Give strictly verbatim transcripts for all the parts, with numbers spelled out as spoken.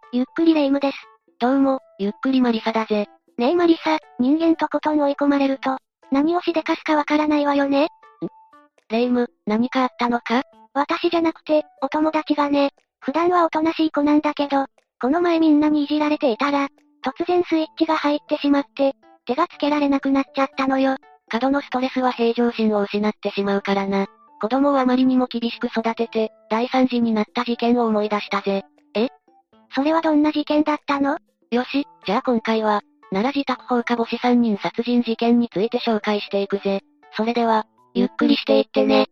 ゆっくりレ夢ムです。 どうも、ゆっくりマリサだぜ。 ねえマリサ、人間とことん追い込まれると、何をしでかすかわからないわよね。んレ夢ム、何かあったのか？ 私じゃなくて、お友達がね、普段はおとなしい子なんだけど、この前みんなにいじられていたら、突然スイッチが入ってしまって、手がつけられなくなっちゃったのよ。 過度のストレスは平常心を失ってしまうからな。子供をあまりにも厳しく育てて、大惨事になった事件を思い出したぜ。 え？それはどんな事件だったの？ よし、じゃあ今回は、奈良自宅放火母子さんにん殺人事件について紹介していくぜ。それでは、ゆっくりしていってね。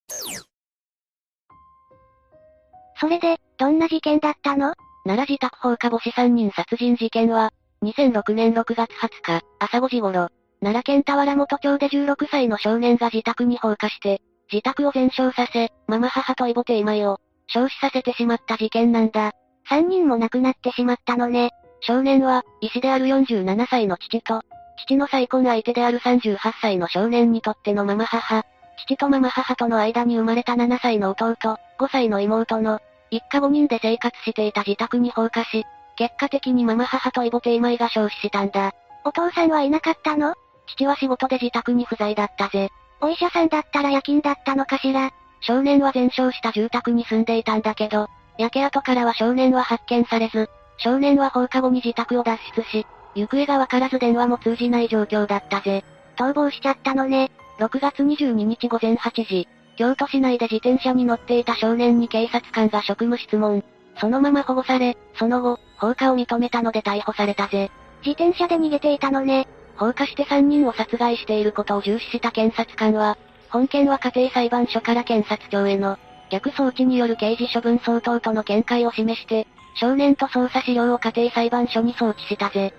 それで、どんな事件だったの？ 奈良自宅放火母子さんにん殺人事件は、にせんろくねんろくがつはつか、朝ごじ頃、奈良県田原本町でじゅうろくさいの少年が自宅に放火して、自宅を全焼させ、ママ母とイボテイマイを、焼死させてしまった事件なんだ。 さんにんも亡くなってしまったのね。 少年は、医師であるよんじゅうななさいの父と、父の再婚相手であるさんじゅうはっさいの少年にとってのママ母、父とママ母との間に生まれたななさいの弟、ごさいの妹の、一家ごにんで生活していた自宅に放火し、結果的にママ母とイボテイマイが焼死したんだ。 お父さんはいなかったの？ 父は仕事で自宅に不在だったぜ。 お医者さんだったら夜勤だったのかしら？ 少年は全焼した住宅に住んでいたんだけど、焼け跡からは少年は発見されず、少年は放課後に自宅を脱出し、行方がわからず電話も通じない状況だったぜ。 逃亡しちゃったのね。 ろくがつにじゅうににちごぜんはちじ、京都市内で自転車に乗っていた少年に警察官が職務質問。そのまま保護され、その後、放火を認めたので逮捕されたぜ。 自転車で逃げていたのね。 放火してさんにんを殺害していることを重視した検察官は、本件は家庭裁判所から検察庁への、逆送致による刑事処分相当との見解を示して、少年と捜査資料を家庭裁判所に送致したぜ。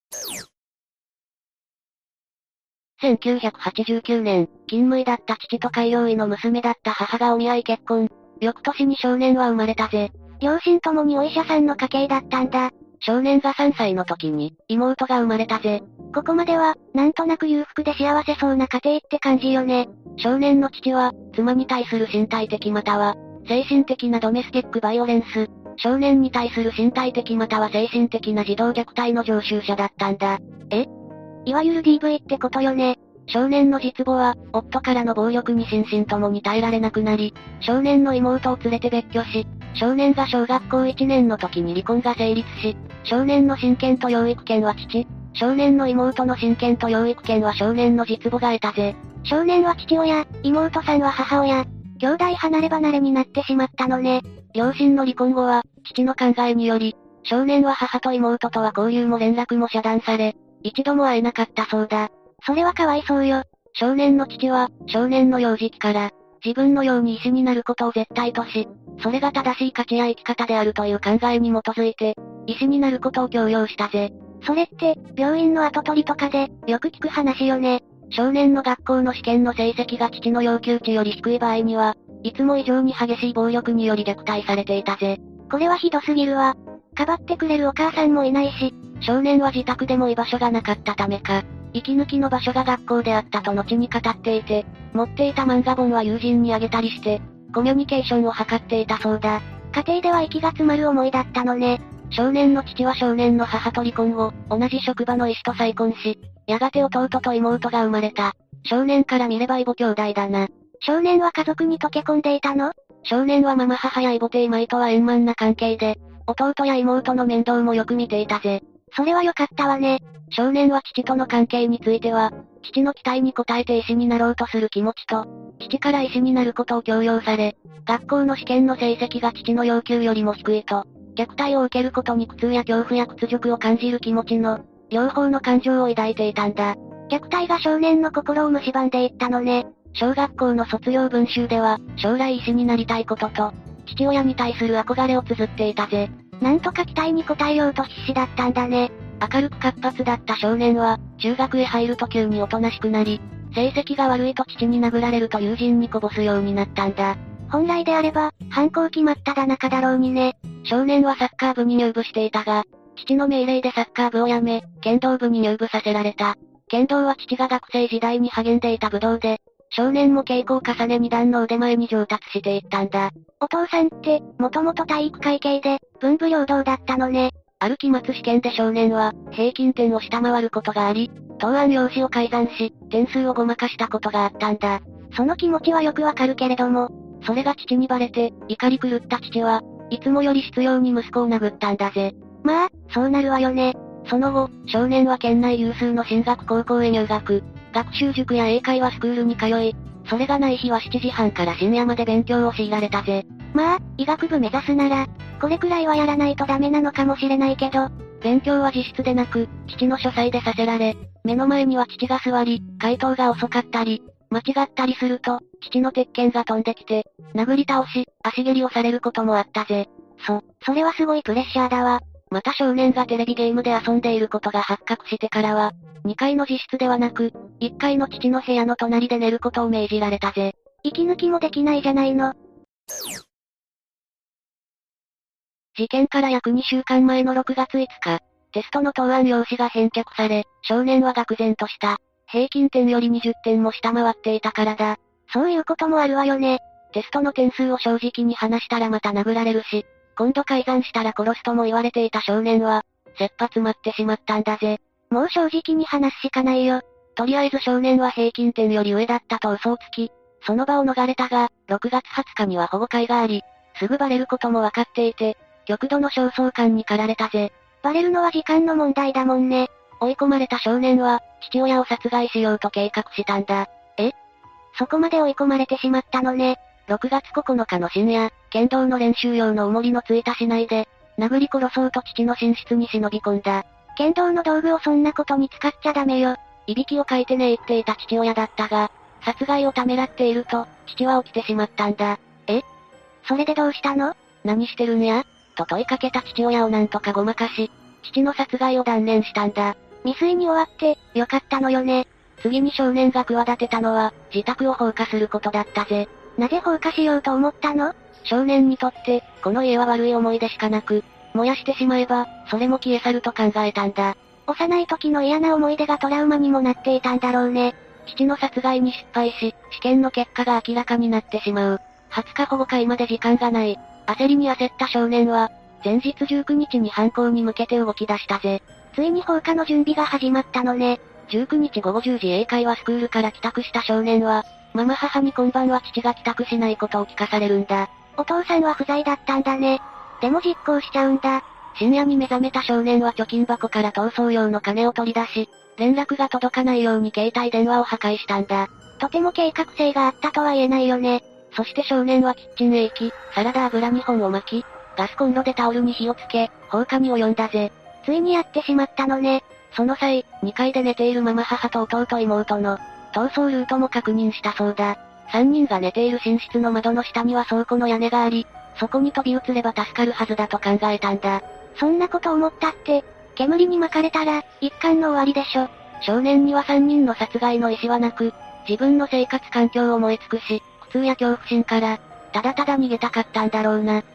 せんきゅうひゃくはちじゅうきゅうねん、勤務医だった父と開業医の娘だった母がお見合い結婚。翌年に少年は生まれたぜ。 両親ともにお医者さんの家系だったんだ。 少年がさんさいの時に、妹が生まれたぜ。 ここまでは、なんとなく裕福で幸せそうな家庭って感じよね。 少年の父は、妻に対する身体的または、精神的なドメスティックバイオレンス。少年に対する身体的または精神的な児童虐待の常習者だったんだ。 え？いわゆる ディーブイ ってことよね。 少年の実母は、夫からの暴力に心身ともに耐えられなくなり、少年の妹を連れて別居し、少年が小学校いちねんの時に離婚が成立し、少年の親権と養育権は父、少年の妹の親権と養育権は少年の実母が得たぜ。 少年は父親、妹さんは母親、兄弟離れ離れになってしまったのね。 両親の離婚後は、父の考えにより、少年は母と妹とは交流も連絡も遮断され、一度も会えなかったそうだ。 それはかわいそうよ。 少年の父は、少年の幼児期から、自分のように医師になることを絶対とし、それが正しい価値や生き方であるという考えに基づいて、医師になることを強要したぜ。 それって、病院の跡取りとかで、よく聞く話よね。 少年の学校の試験の成績が父の要求値より低い場合には、いつも以上に激しい暴力により虐待されていたぜ。 これはひどすぎるわ。かばってくれるお母さんもいないし、 少年は自宅でも居場所がなかったためか、息抜きの場所が学校であったと後に語っていて、持っていた漫画本は友人にあげたりして、コミュニケーションを図っていたそうだ。 家庭では息が詰まる思いだったのね。 少年の父は少年の母と離婚後、同じ職場の医師と再婚し、やがて弟と妹が生まれた。少年から見ればイボ兄弟だな。 少年は家族に溶け込んでいたの？ 少年はママ母やイボテイマイとは円満な関係で、弟や妹の面倒もよく見ていたぜ。 それは良かったわね。 少年は父との関係については、父の期待に応えて医師になろうとする気持ちと、父から医師になることを強要され、学校の試験の成績が父の要求よりも低いと、虐待を受けることに苦痛や恐怖や屈辱を感じる気持ちの、両方の感情を抱いていたんだ。 虐待が少年の心を蝕んでいったのね。 小学校の卒業文集では、将来医師になりたいことと、父親に対する憧れを綴っていたぜ。 なんとか期待に応えようと必死だったんだね。 明るく活発だった少年は、中学へ入ると急におとなしくなり、成績が悪いと父に殴られると友人にこぼすようになったんだ。 本来であれば、反抗期真っただ中だろうにね。 少年はサッカー部に入部していたが、父の命令でサッカー部を辞め、剣道部に入部させられた。剣道は父が学生時代に励んでいた武道で、 少年も稽古を重ね二段の腕前に上達していったんだ。 お父さんって、もともと体育会系で、文武両道だったのね。 ある期末試験で少年は、平均点を下回ることがあり、答案用紙を改ざんし、点数をごまかしたことがあったんだ。 その気持ちはよくわかるけれども、 それが父にバレて、怒り狂った父は、いつもより執拗に息子を殴ったんだぜ。 まあ、そうなるわよね。 その後、少年は県内有数の進学高校へ入学。学習塾や英会話スクールに通い、それがない日はしちじはんから深夜まで勉強を強いられたぜ。 まあ、医学部目指すなら、これくらいはやらないとダメなのかもしれないけど、 勉強は自室でなく、父の書斎でさせられ、目の前には父が座り、回答が遅かったり、間違ったりすると、父の鉄拳が飛んできて、殴り倒し、足蹴りをされることもあったぜ。 そ、それはすごいプレッシャーだわ。 また少年がテレビゲームで遊んでいることが発覚してからは、にかいの自室ではなく、いっかいの父の部屋の隣で寝ることを命じられたぜ。 息抜きもできないじゃないの。 事件から約にしゅうかんまえのろくがついつか、テストの答案用紙が返却され、少年は愕然とした。平均点よりにじゅってんも下回っていたからだ。 そういうこともあるわよね。 テストの点数を正直に話したらまた殴られるし、今度改ざんしたら殺すとも言われていた少年は、切羽詰まってしまったんだぜ。 もう正直に話すしかないよ。 とりあえず少年は平均点より上だったと嘘をつき、その場を逃れたが、ろくがつはつかには保護会があり、すぐバレることもわかっていて、極度の焦燥感に駆られたぜ。 バレるのは時間の問題だもんね。 追い込まれた少年は、父親を殺害しようと計画したんだ。 え？そこまで追い込まれてしまったのね。 ろくがつここのかの深夜、剣道の練習用の重りのついた市内で、殴り殺そうと父の寝室に忍び込んだ。 剣道の道具をそんなことに使っちゃダメよ。 いびきをかいて寝入っていた父親だったが、殺害をためらっていると、父は起きてしまったんだ。 え？それでどうしたの？ 何してるんや？と問いかけた父親をなんとかごまかし、父の殺害を断念したんだ。 未遂に終わって、よかったのよね。 次に少年が企てたのは、自宅を放火することだったぜ。 なぜ放火しようと思ったの？ 少年にとって、この家は悪い思い出しかなく、燃やしてしまえば、それも消え去ると考えたんだ。 幼い時の嫌な思い出がトラウマにもなっていたんだろうね。 父の殺害に失敗し、試験の結果が明らかになってしまう。はつか保護会まで時間がない。焦りに焦った少年は、前日じゅうくにちに犯行に向けて動き出したぜ。 ついに放火の準備が始まったのね。 じゅうくにちごごじゅうじ英会話スクールから帰宅した少年は、ママ母に今晩は父が帰宅しないことを聞かされるんだ。 お父さんは不在だったんだね。でも実行しちゃうんだ。 深夜に目覚めた少年は貯金箱から逃走用の金を取り出し、連絡が届かないように携帯電話を破壊したんだ。 とても計画性があったとは言えないよね。 そして少年はキッチンへ行き、サラダ油にほんを巻き、ガスコンロでタオルに火をつけ、放火に及んだぜ。 ついにやってしまったのね。 その際、にかいで寝ているママ母と弟妹の逃走ルートも確認したそうだ。さんにんが寝ている寝室の窓の下には倉庫の屋根があり、そこに飛び移れば助かるはずだと考えたんだ。 そんなこと思ったって、煙に巻かれたら、一巻の終わりでしょ。 少年にはさんにんの殺害の意思はなく、自分の生活環境を燃え尽くし、苦痛や恐怖心から、ただただ逃げたかったんだろうな。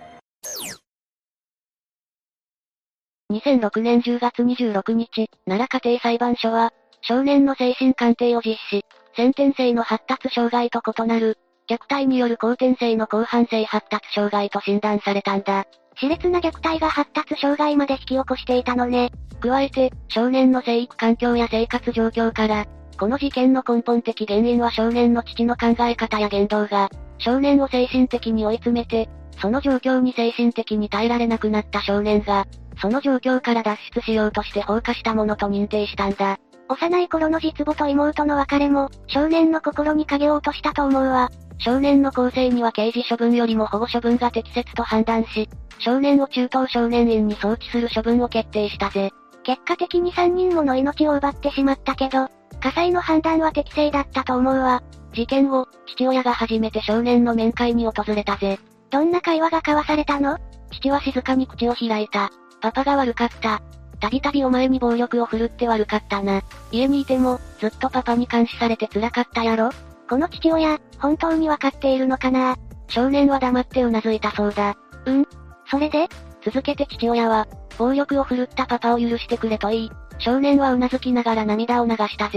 にせんろくねんじゅうがつにじゅうろくにち、奈良家庭裁判所は、少年の精神鑑定を実施。先天性の発達障害と異なる、虐待による後天性の広範性発達障害と診断されたんだ。 熾烈な虐待が発達障害まで引き起こしていたのね。 加えて、少年の生育環境や生活状況から、この事件の根本的原因は少年の父の考え方や言動が、少年を精神的に追い詰めて、その状況に精神的に耐えられなくなった少年が、その状況から脱出しようとして放火したものと認定したんだ。 幼い頃の実母と妹の別れも、少年の心に影を落としたと思うわ。 少年の更生には刑事処分よりも保護処分が適切と判断し、少年を中等少年院に送致する処分を決定したぜ。 結果的にさんにんもの命を奪ってしまったけど、家裁の判断は適正だったと思うわ。 事件後、父親が初めて少年の面会に訪れたぜ。 どんな会話が交わされたの？ 父は静かに口を開いた。パパが悪かった。たびたびお前に暴力を振るって悪かったな。家にいても、ずっとパパに監視されて辛かったやろ？ この父親、本当にわかっているのかな？ 少年は黙ってうなずいたそうだ。 うん？それで？ 続けて父親は、暴力を振るったパパを許してくれと言い、少年はうなずきながら涙を流したぜ。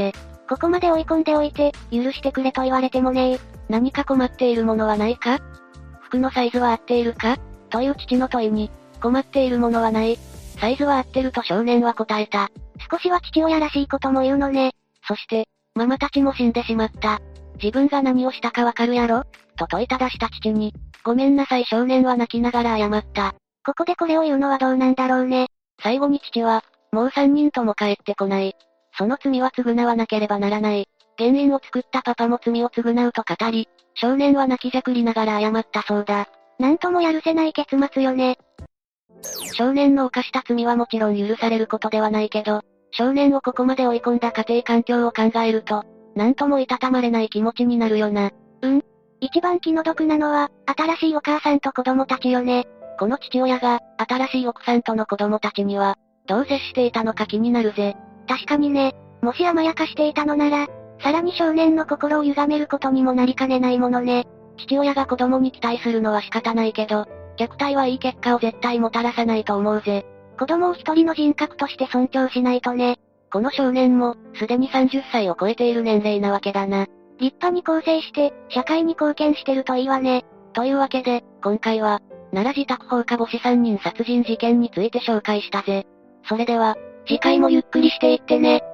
ここまで追い込んでおいて、許してくれと言われてもね。 何か困っているものはないか？服のサイズは合っているか？という父の問いに、困っているものはない。サイズは合ってると少年は答えた。 少しは父親らしいことも言うのね。 そして、ママたちも死んでしまった。自分が何をしたかわかるやろ？と問いただした父に、ごめんなさい少年は泣きながら謝った。 ここでこれを言うのはどうなんだろうね。 最後に父は、もう三人とも帰ってこない。その罪は償わなければならない。原因を作ったパパも罪を償うと語り、少年は泣きじゃくりながら謝ったそうだ。 なんともやるせない結末よね。 少年の犯した罪はもちろん許されることではないけど、少年をここまで追い込んだ家庭環境を考えると、なんともいたたまれない気持ちになるよな。 うん。一番気の毒なのは、新しいお母さんと子供たちよね。 この父親が、新しい奥さんとの子供たちには、どう接していたのか気になるぜ。 確かにね。もし甘やかしていたのなら、さらに少年の心を歪めることにもなりかねないものね。 父親が子供に期待するのは仕方ないけど、虐待はいい結果を絶対もたらさないと思うぜ。 子供を一人の人格として尊重しないとね。 この少年も、すでにさんじゅっさいを超えている年齢なわけだな。 立派に更生して、社会に貢献してるといいわね。 というわけで、今回は、奈良自宅放火母子さんにん殺人事件について紹介したぜ。それでは、次回もゆっくりしていってね。